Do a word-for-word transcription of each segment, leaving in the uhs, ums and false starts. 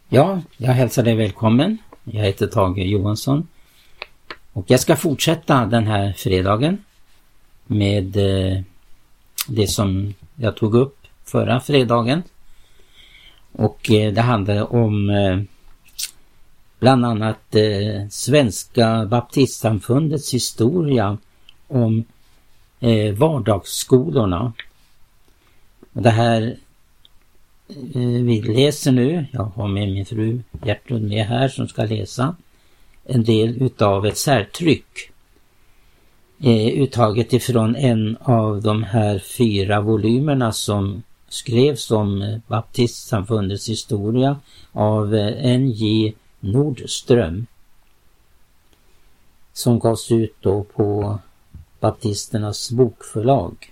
Ja, jag hälsar dig välkommen. Jag heter Tage Johansson. Och jag ska fortsätta den här fredagen med eh, det som jag tog upp förra fredagen. Och eh, det handlar om eh, bland annat eh, Svenska baptistsamfundets historia om eh, vardagsskolorna. Och det här vi läser nu, jag har med min fru Gertrud med här som ska läsa en del utav ett särtryck eh, uttaget ifrån en av de här fyra volymerna som skrevs om baptistsamfundets historia av N J Nordström, som gavs ut då på Baptisternas bokförlag.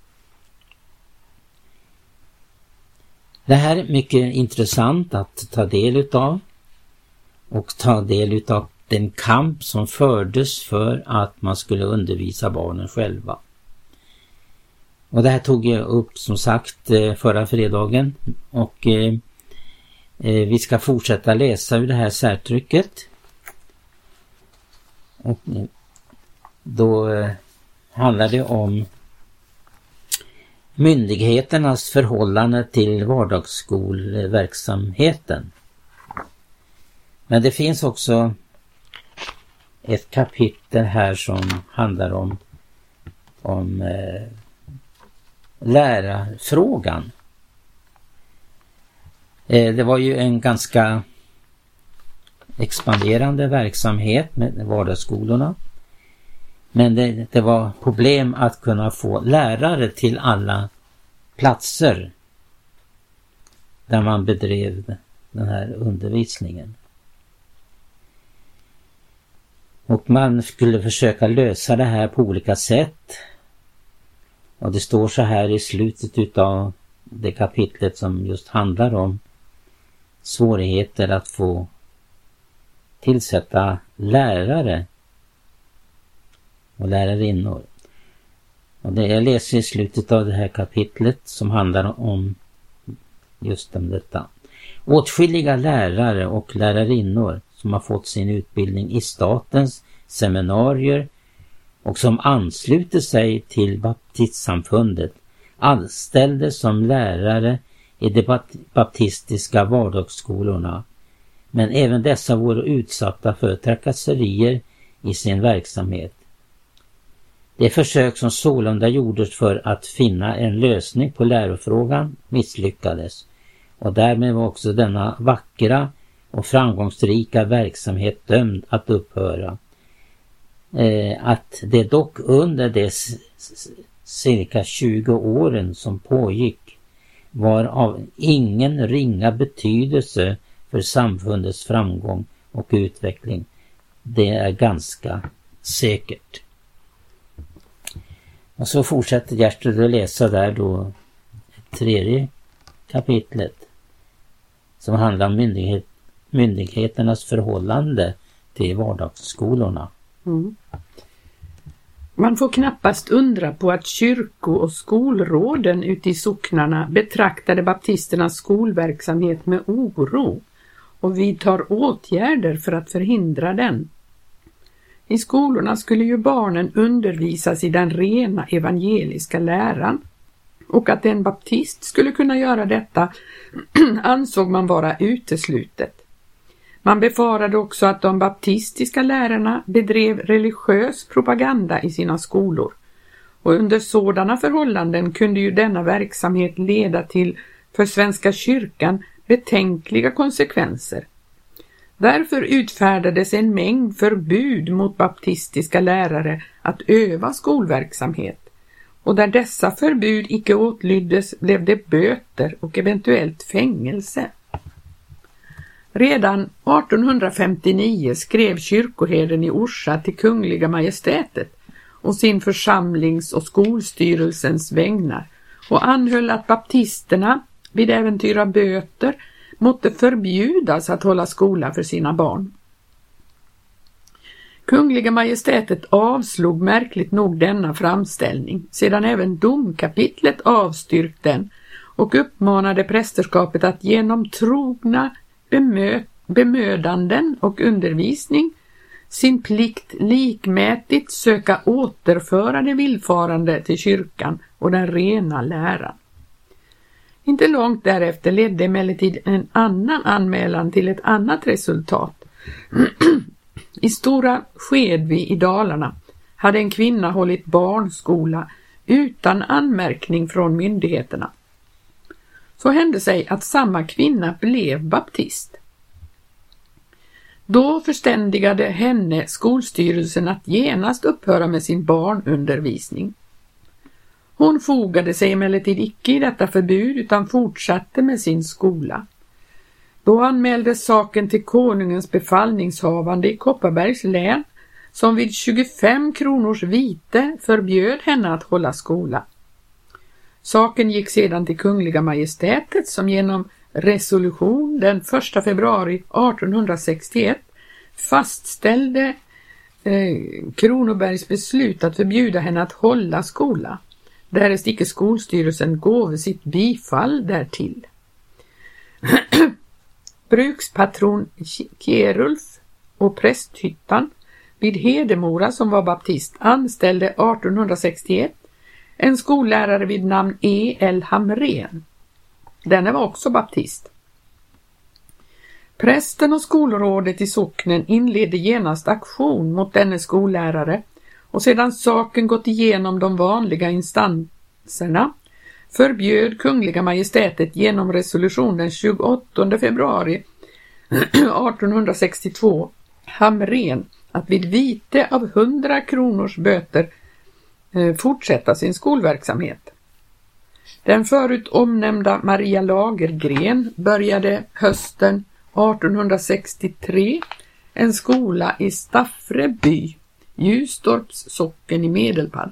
Det här är mycket intressant att ta del utav och ta del utav den kamp som fördes för att man skulle undervisa barnen själva. Och det här tog jag upp som sagt förra fredagen och eh, vi ska fortsätta läsa ur det här särtrycket. Och då eh, handlar det om myndigheternas förhållande till vardagsskolverksamheten. Men det finns också ett kapitel här som handlar om, om eh, lärarfrågan. Eh, det var ju en ganska expanderande verksamhet med vardagsskolorna. Men det, det var problem att kunna få lärare till alla platser där man bedrev den här undervisningen. Och man skulle försöka lösa det här på olika sätt. Och det står så här i slutet av det kapitlet som just handlar om svårigheter att få tillsätta lärare och lärarinnor. Och det jag läser i slutet av det här kapitlet som handlar om just om detta. Åtskilliga lärare och lärarinnor som har fått sin utbildning i statens seminarier och som ansluter sig till baptistsamfundet anställdes som lärare i de baptistiska vardagsskolorna. Men även dessa vore utsatta för trakasserier i sin verksamhet. Det försök som sålunda gjordes för att finna en lösning på lärofrågan misslyckades och därmed var också denna vackra och framgångsrika verksamhet dömd att upphöra. Eh, att det dock under de cirka tjugo åren som pågick var av ingen ringa betydelse för samfundets framgång och utveckling. Det är ganska säkert. Och så fortsätter Gertrud att läsa där då tredje kapitlet som handlar om myndighet, myndigheternas förhållande till vardagsskolorna. Mm. Man får knappast undra på att kyrko- och skolråden ute i socknarna betraktade baptisternas skolverksamhet med oro och vidtar åtgärder för att förhindra den. I skolorna skulle ju barnen undervisas i den rena evangeliska läran, och att en baptist skulle kunna göra detta ansåg man vara uteslutet. Man befarade också att de baptistiska lärarna bedrev religiös propaganda i sina skolor, och under sådana förhållanden kunde ju denna verksamhet leda till för Svenska kyrkan betänkliga konsekvenser. Därför utfärdades en mängd förbud mot baptistiska lärare att öva skolverksamhet, och där dessa förbud icke åtlyddes blev det böter och eventuellt fängelse. Redan artonhundrafemtionio skrev kyrkoherden i Orsa till Kungliga Majestätet och sin församlings- och skolstyrelsens vägnar och anhöll att baptisterna vid äventyra böter måtte förbjudas att hålla skola för sina barn. Kungliga Majestätet avslog märkligt nog denna framställning, sedan även domkapitlet avstyrkt den och uppmanade prästerskapet att genom trogna, bemö- bemödanden och undervisning, sin plikt likmätigt söka återföra det villfarande till kyrkan och den rena läran. Inte långt därefter ledde emellertid en annan anmälan till ett annat resultat. I Stora Skedvi i Dalarna hade en kvinna hållit barnskola utan anmärkning från myndigheterna. Så hände sig att samma kvinna blev baptist. Då förständigade henne skolstyrelsen att genast upphöra med sin barnundervisning. Hon fogade sig emellertid icke i detta förbud utan fortsatte med sin skola. Då anmäldes saken till konungens befallningshavande i Kopparbergs län, som vid tjugofem kronors vite förbjöd henne att hålla skola. Saken gick sedan till Kungliga Majestätet, som genom resolution den första februari artonhundrasextioett fastställde eh, Kronobergs beslut att förbjuda henne att hålla skola, därest icke skolstyrelsen gåve sitt bifall därtill. Brukspatron Kjerulf och prästhyttan vid Hedemora, som var baptist, anställde artonhundrasextioett en skollärare vid namn E L Hamrén. Denne var också baptist. Prästen och skolrådet i socknen inledde genast aktion mot denne skollärare, och sedan saken gått igenom de vanliga instanserna förbjöd Kungliga Majestätet genom resolution den tjugoåttonde februari artonhundrasextiotvå Hamrén att vid vite av hundra kronors böter eh, fortsätta sin skolverksamhet. Den förut omnämnda Maria Lagergren började hösten artonhundrasextiotre en skola i Staffreby, Ljustorps socken i Medelpad.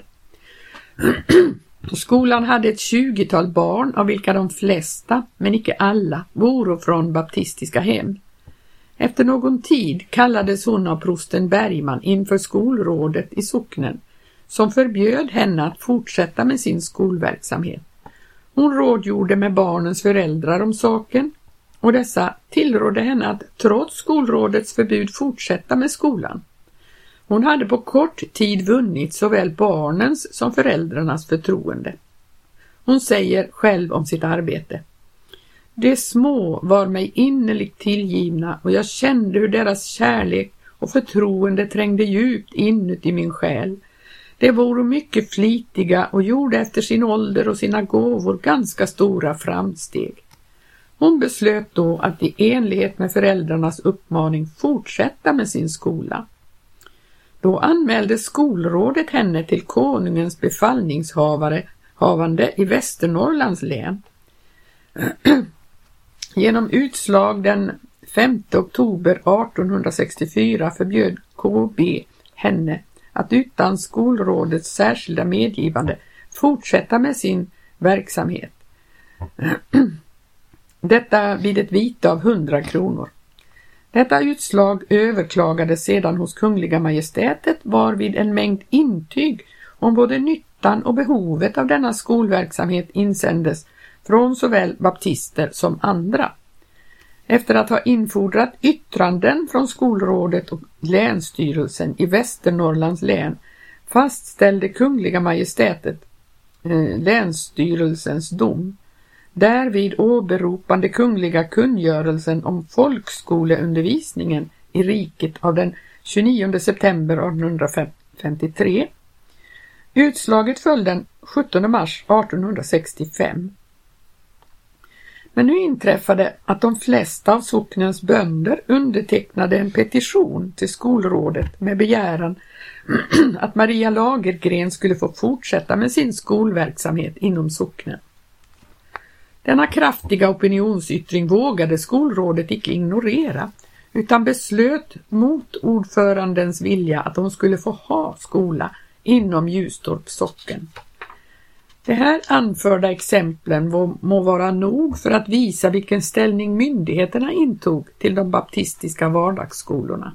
Skolan hade ett tjugotal barn, av vilka de flesta, men icke alla, voro från baptistiska hem. Efter någon tid kallades hon av prosten Bergman inför skolrådet i socknen, som förbjöd henne att fortsätta med sin skolverksamhet. Hon rådgjorde med barnens föräldrar om saken, och dessa tillrådde henne att trots skolrådets förbud fortsätta med skolan. Hon hade på kort tid vunnit såväl barnens som föräldrarnas förtroende. Hon säger själv om sitt arbete: "De små var mig innerligt tillgivna, och jag kände hur deras kärlek och förtroende trängde djupt inuti min själ. De var mycket flitiga och gjorde efter sin ålder och sina gåvor ganska stora framsteg." Hon beslöt då att i enlighet med föräldrarnas uppmaning fortsätta med sin skola. Då anmälde skolrådet henne till konungens befallningshavare havande i Västernorrlands län. Genom utslag den femte oktober artonhundrasextiofyra förbjöd K B henne att utan skolrådets särskilda medgivande fortsätta med sin verksamhet. Detta vid ett vite av hundra kronor. Detta utslag överklagades sedan hos Kungliga Majestätet, varvid en mängd intyg om både nyttan och behovet av denna skolverksamhet insändes från såväl baptister som andra. Efter att ha infordrat yttranden från skolrådet och länsstyrelsen i Västernorrlands län fastställde Kungliga Majestätet eh, länsstyrelsens dom, därvid åberopande kungliga kungörelsen om folkskoleundervisningen i riket av den tjugonionde september artonhundrafemtiotre. Utslaget föll den sjuttonde mars artonhundrasextiofem. Men nu inträffade att de flesta av socknens bönder undertecknade en petition till skolrådet med begäran att Maria Lagergren skulle få fortsätta med sin skolverksamhet inom socknen. Denna kraftiga opinionsyttring vågade skolrådet icke ignorera, utan beslöt mot ordförandens vilja att de skulle få ha skola inom Ljustorps socken. De här anförda exemplen må vara nog för att visa vilken ställning myndigheterna intog till de baptistiska vardagsskolorna.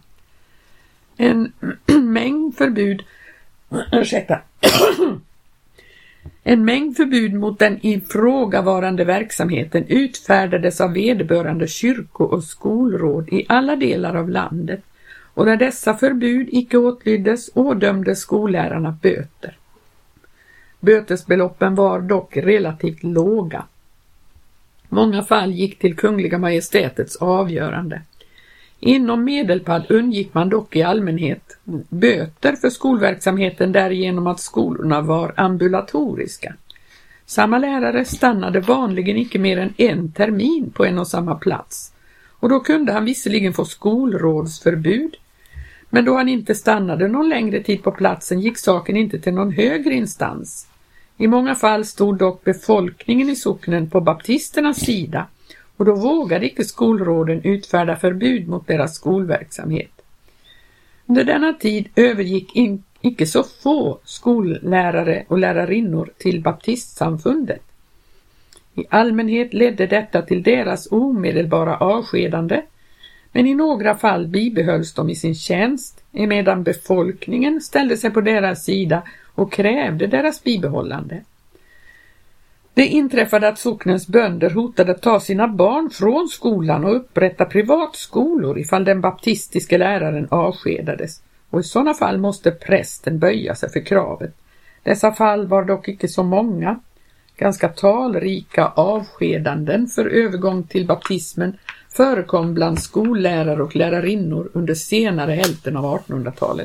En mängd förbud ursäkta, En mängd förbud mot den ifrågavarande verksamheten utfärdades av vederbörande kyrko- och skolråd i alla delar av landet, och där dessa förbud icke åtlyddes ådömdes skollärarna böter. Bötesbeloppen var dock relativt låga. Många fall gick till Kungliga Majestätets avgörande. Inom Medelpad undgick man dock i allmänhet böter för skolverksamheten därigenom att skolorna var ambulatoriska. Samma lärare stannade vanligen icke mer än en termin på en och samma plats, och då kunde han visserligen få skolrådsförbud, men då han inte stannade någon längre tid på platsen gick saken inte till någon högre instans. I många fall stod dock befolkningen i socknen på baptisternas sida, och då vågade icke skolråden utfärda förbud mot deras skolverksamhet. Under denna tid övergick in, icke så få skollärare och lärarinnor till baptistsamfundet. I allmänhet ledde detta till deras omedelbara avskedande, men i några fall bibehölls de i sin tjänst, emedan befolkningen ställde sig på deras sida och krävde deras bibehållande. Det inträffade att socknens bönder hotade att ta sina barn från skolan och upprätta privatskolor ifall den baptistiska läraren avskedades, och i sådana fall måste prästen böja sig för kravet. Dessa fall var dock icke så många. Ganska talrika avskedanden för övergång till baptismen förekom bland skollärare och lärarinnor under senare hälften av artonhundratalet.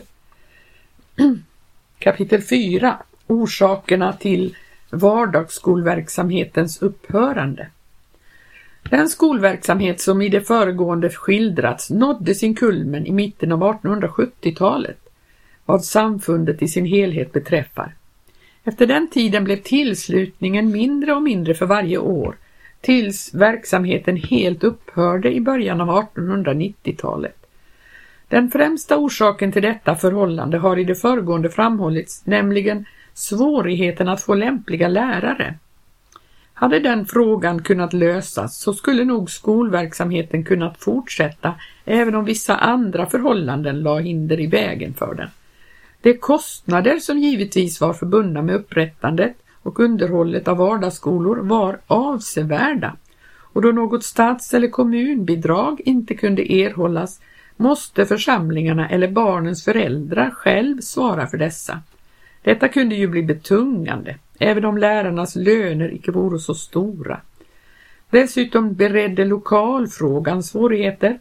Kapitel fyra. Orsakerna till vardagsskolverksamhetens upphörande. Den skolverksamhet som i det föregående skildrats nådde sin kulmen i mitten av artonhundrasjuttiotalet, vad samfundet i sin helhet beträffar. Efter den tiden blev tillslutningen mindre och mindre för varje år, tills verksamheten helt upphörde i början av artonhundranittiotalet. Den främsta orsaken till detta förhållande har i det föregående framhållits, nämligen svårigheten att få lämpliga lärare. Hade den frågan kunnat lösas så skulle nog skolverksamheten kunnat fortsätta även om vissa andra förhållanden la hinder i vägen för den. De kostnader som givetvis var förbundna med upprättandet och underhållet av vardagsskolor var avsevärda, och då något stats- eller kommunbidrag inte kunde erhållas måste församlingarna eller barnens föräldrar själv svara för dessa. Detta kunde ju bli betungande, även om lärarnas löner icke vore så stora. Dessutom beredde lokalfrågan svårigheter.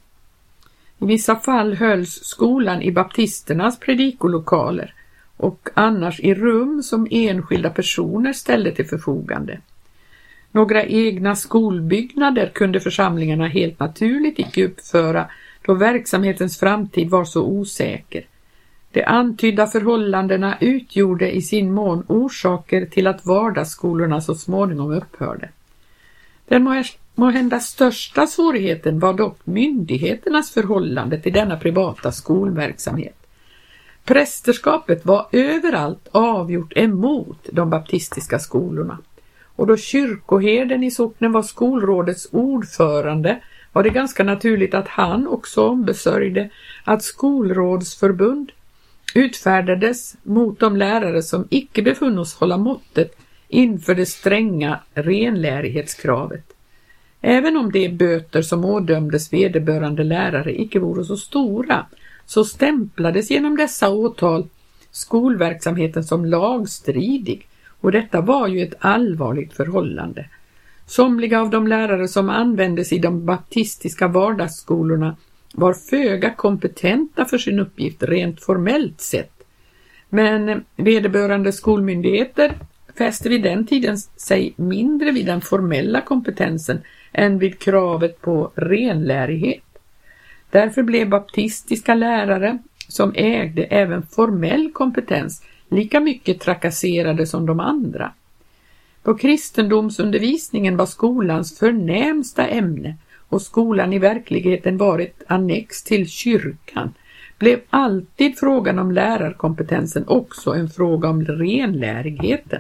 I vissa fall hölls skolan i baptisternas predikolokaler och annars i rum som enskilda personer ställde till förfogande. Några egna skolbyggnader kunde församlingarna helt naturligt icke uppföra då verksamhetens framtid var så osäker. De antydda förhållandena utgjorde i sin mån orsaker till att vardagsskolorna så småningom upphörde. Den måhända största svårigheten var dock myndigheternas förhållande till denna privata skolverksamhet. Prästerskapet var överallt avgjort emot de baptistiska skolorna, och då kyrkoherden i socknen var skolrådets ordförande var det ganska naturligt att han också ombesörjde att skolrådsförbund utfärdades mot de lärare som icke befunnos hålla måttet inför det stränga renlärighetskravet. Även om de böter som ådömdes vederbörande lärare icke vore så stora, så stämplades genom dessa åtal skolverksamheten som lagstridig, och detta var ju ett allvarligt förhållande. Somliga av de lärare som användes i de baptistiska vardagsskolorna var föga kompetenta för sin uppgift rent formellt sett, men vederbörande skolmyndigheter fäste vid den tiden sig mindre vid den formella kompetensen än vid kravet på renlärighet. Därför blev baptistiska lärare som ägde även formell kompetens lika mycket trakasserade som de andra. Då kristendomsundervisningen var skolans förnämsta ämne och skolan i verkligheten var ett annex till kyrkan, blev alltid frågan om lärarkompetensen också en fråga om renlärigheten.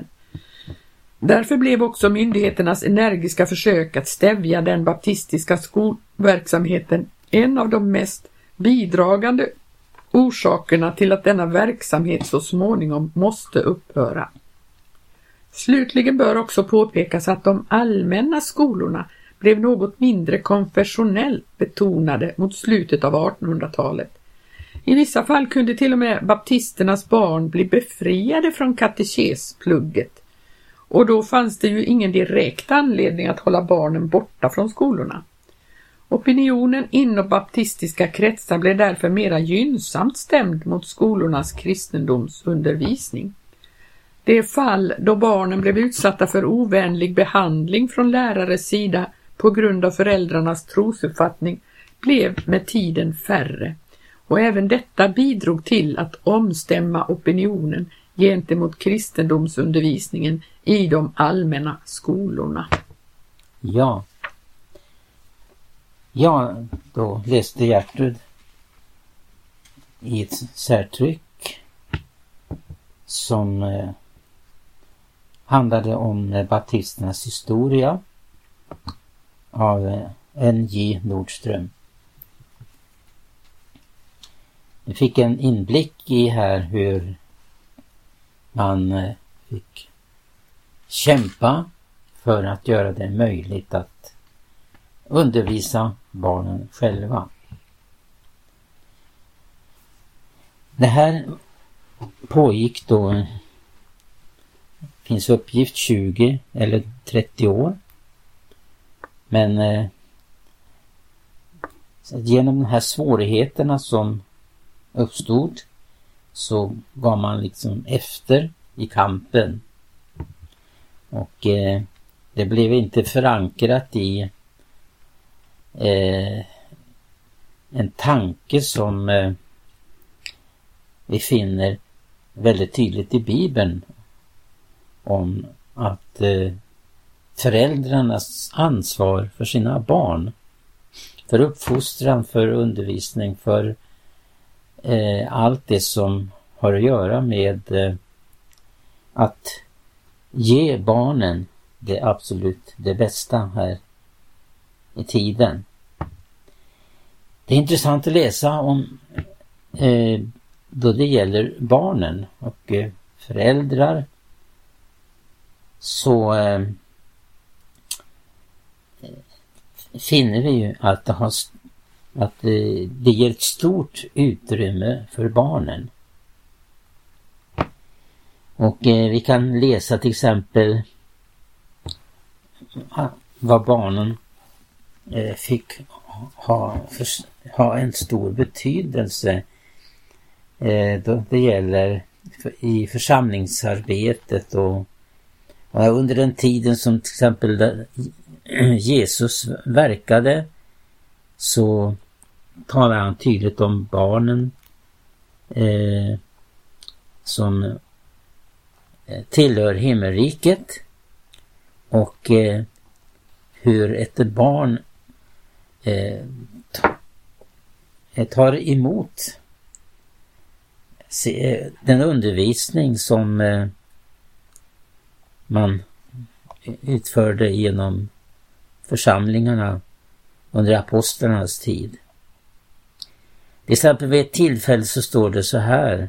Därför blev också myndigheternas energiska försök att stävja den baptistiska skolverksamheten en av de mest bidragande orsakerna till att denna verksamhet så småningom måste upphöra. Slutligen bör också påpekas att de allmänna skolorna blev något mindre konfessionellt betonade mot slutet av artonhundratalet. I vissa fall kunde till och med baptisternas barn bli befriade från katekesplugget. Och då fanns det ju ingen direkt anledning att hålla barnen borta från skolorna. Opinionen inom baptistiska kretsar blev därför mera gynnsamt stämd mot skolornas kristendomsundervisning. Det fall då barnen blev utsatta för ovänlig behandling från lärares sida på grund av föräldrarnas trosuppfattning blev med tiden färre. Och även detta bidrog till att omstämma opinionen gentemot kristendomsundervisningen i de allmänna skolorna. Ja. Ja, då läste Gertrud i ett särtryck som eh, handlade om eh, baptisternas historia av eh, N J Nordström. Vi fick en inblick i här hur man eh, fick kämpa för att göra det möjligt att undervisa barnen själva. Det här pågick då, finns uppgift tjugo eller trettio år. Men eh, genom de här svårigheterna som uppstod så var man liksom efter i kampen. Och eh, det blev inte förankrat i eh, en tanke som eh, vi finner väldigt tydligt i Bibeln om att eh, föräldrarnas ansvar för sina barn, för uppfostran, för undervisning, för eh, allt det som har att göra med eh, att ge barnen det absolut det bästa här i tiden. Det är intressant att läsa om eh, då det gäller barnen och eh, föräldrar, så eh, finner vi ju att det, har, att eh, det ger ett stort utrymme för barnen. Och eh, vi kan läsa till exempel vad barnen eh, fick ha, för, ha en stor betydelse eh, då det gäller för, i församlingsarbetet och, och under den tiden som till exempel där Jesus verkade, så talar han tydligt om barnen eh, som tillhör himmelriket och eh, hur ett barn eh, tar emot se, den undervisning som eh, man utförde genom församlingarna under apostlarnas tid. Till exempel vid ett tillfälle så står det så här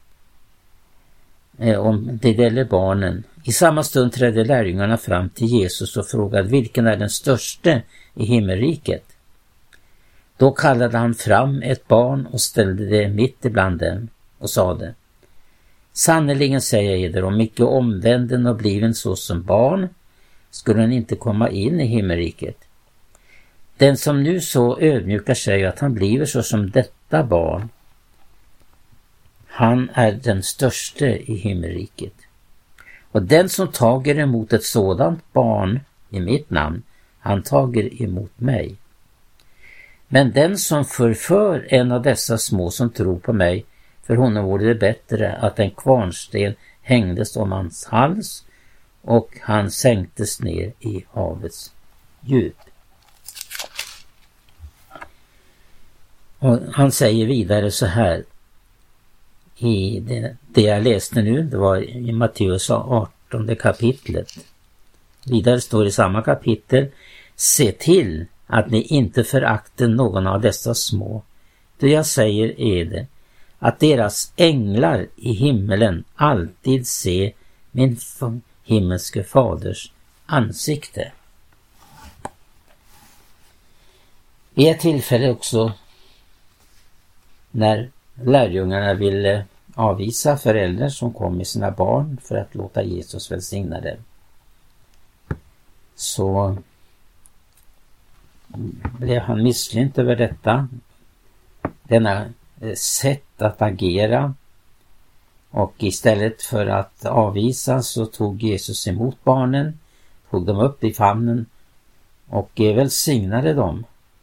eh, om det gäller barnen. I samma stund trädde lärjungarna fram till Jesus och frågade: vilken är den störste i himmelriket? Då kallade han fram ett barn och ställde det mitt ibland dem och sade: sannerligen säger jag eder, om icke omvänden och bliven så som barn, skulle han inte komma in i himmelriket. Den som nu så ödmjukar sig att han bliver så som detta barn, han är den störste i himmelriket. Och den som tager emot ett sådant barn i mitt namn, han tager emot mig. Men den som förför en av dessa små som tror på mig, för honom vore det bättre att en kvarnsten hängdes om hans hals och han sänktes ner i havets djup. Och han säger vidare så här i det, det jag läste nu, det var i Matteus artonde kapitlet. Vidare står i samma kapitel: se till att ni inte föraktar någon av dessa små, då jag säger är det att deras änglar i himmelen alltid se min himmelske faders ansikte. Vid ett tillfälle också när lärjungarna ville avvisa föräldrar som kom med sina barn för att låta Jesus välsigna dem, så blev han misslynt över detta, denna sätt att agera, och istället för att avvisa så tog Jesus emot barnen, tog dem upp i famnen och välsignade dem.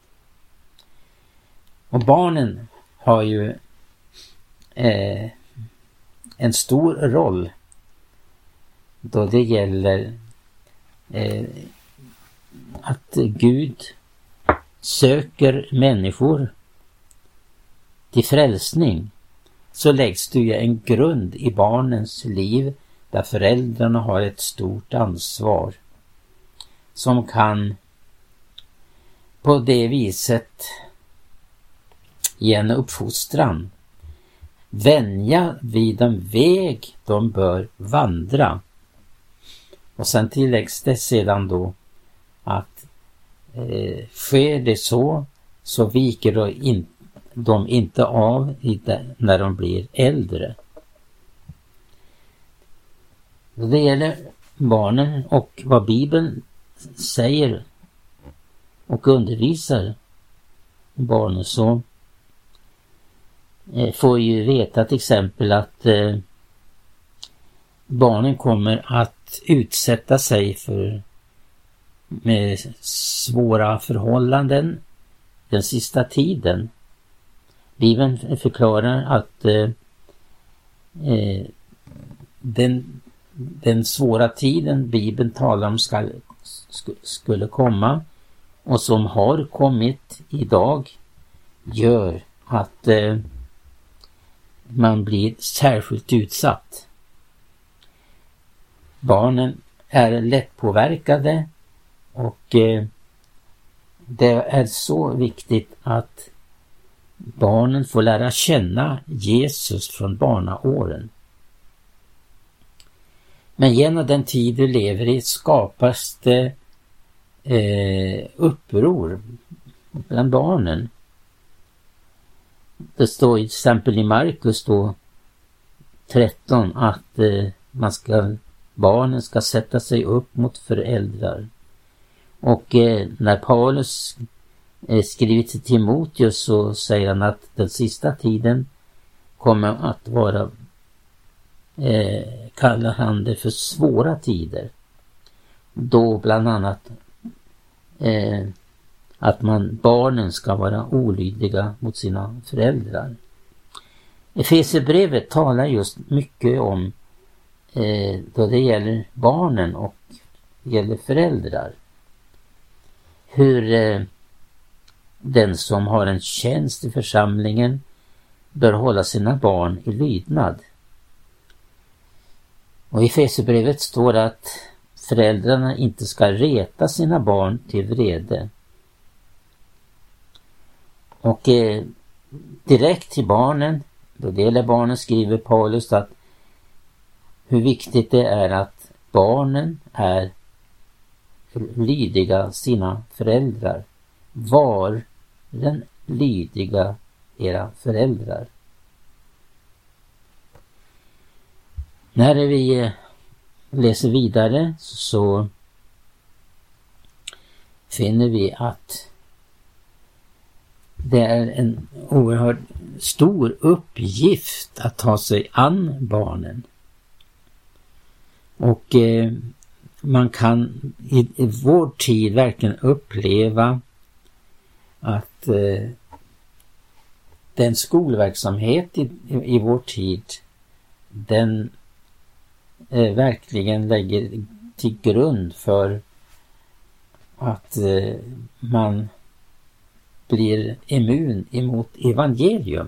Och barnen har ju eh, en stor roll då det gäller eh, att Gud söker människor till frälsning. Så läggs det ju en grund i barnens liv där föräldrarna har ett stort ansvar som kan på det viset ge en uppfostran, vänja vid den väg de bör vandra. Och sen tilläggs det sedan då att eh, sker det så så viker de, in, de inte av i det, när de blir äldre. Det gäller barnen och vad Bibeln säger och undervisar barnen, så eh, får ju veta till exempel att eh, barnen kommer att utsätta sig för med svåra förhållanden den sista tiden. Bibeln förklarar att eh, eh, den, den svåra tiden Bibeln talar om ska, sk, skulle komma och som har kommit idag gör att eh, man blir särskilt utsatt. Barnen är lättpåverkade och eh, det är så viktigt att barnen får lära känna Jesus från barnaåren. Men genom den tid vi lever i skapas det eh, uppror bland barnen. Det står till exempel i Markus då tretton att eh, man ska, barnen ska sätta sig upp mot föräldrar. Och eh, när Paulus eh, skriver till Timoteus så säger han att den sista tiden kommer att vara, eh, kallar han det för svåra tider. Då bland annat eh, att man, barnen ska vara olydiga mot sina föräldrar. Efesierbrevet talar just mycket om eh, då det gäller barnen och gäller föräldrar. Hur eh, den som har en tjänst i församlingen bör hålla sina barn i lydnad. Och i Efesierbrevet står att föräldrarna inte ska reta sina barn till vrede. Och eh, direkt till barnen, då det gäller barnen, skriver Paulus att hur viktigt det är att barnen är lydiga sina föräldrar. Var den lydiga era föräldrar. När vi läser vidare så finner vi att det är en oerhört stor uppgift att ta sig an barnen. Och eh, man kan i, i vår tid verkligen uppleva att eh, den skolverksamhet i, i, i vår tid, den eh, verkligen lägger till grund för att eh, man blir immun emot evangelium.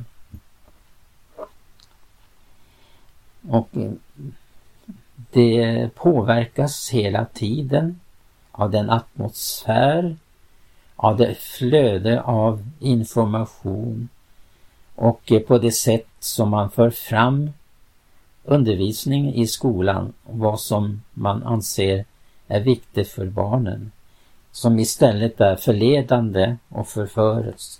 Och eh, det påverkas hela tiden av den atmosfär, av det flöde av information och på det sätt som man för fram undervisning i skolan och vad som man anser är viktigt för barnen, som istället är förledande och förförelse.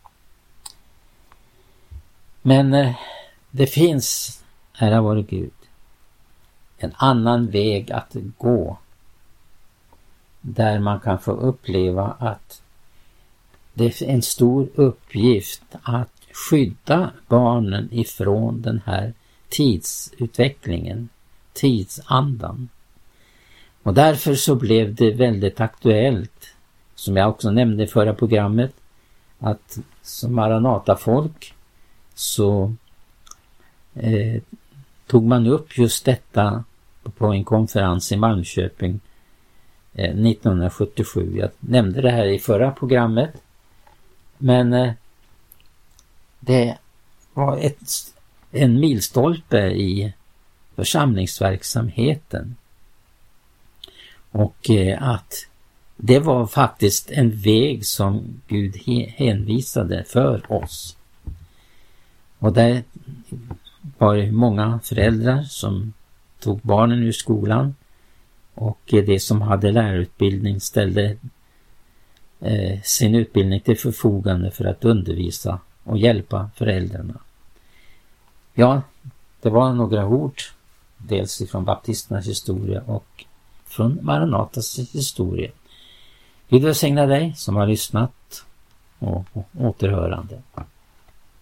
Men eh, det finns, ära vare Gud, en annan väg att gå, där man kan få uppleva att det är en stor uppgift att skydda barnen ifrån den här tidsutvecklingen, tidsandan. Och därför så blev det väldigt aktuellt, som jag också nämnde i förra programmet, att som Maranata-folk så eh, tog man upp just detta på en konferens i Malmköping eh, nittonhundrasjuttiosju. Jag nämnde det här i förra programmet, men eh, det var ett, en milstolpe i församlingsverksamheten. Och eh, att det var faktiskt en väg som Gud hänvisade för oss. Och där var det många föräldrar som tog barnen ur skolan, och det som hade lärarutbildning ställde eh, sin utbildning till förfogande för att undervisa och hjälpa föräldrarna. Ja, det var några ord, dels från baptisternas historia och från Maranatas historia. Gud välsigna dig som har lyssnat och, och återhörande.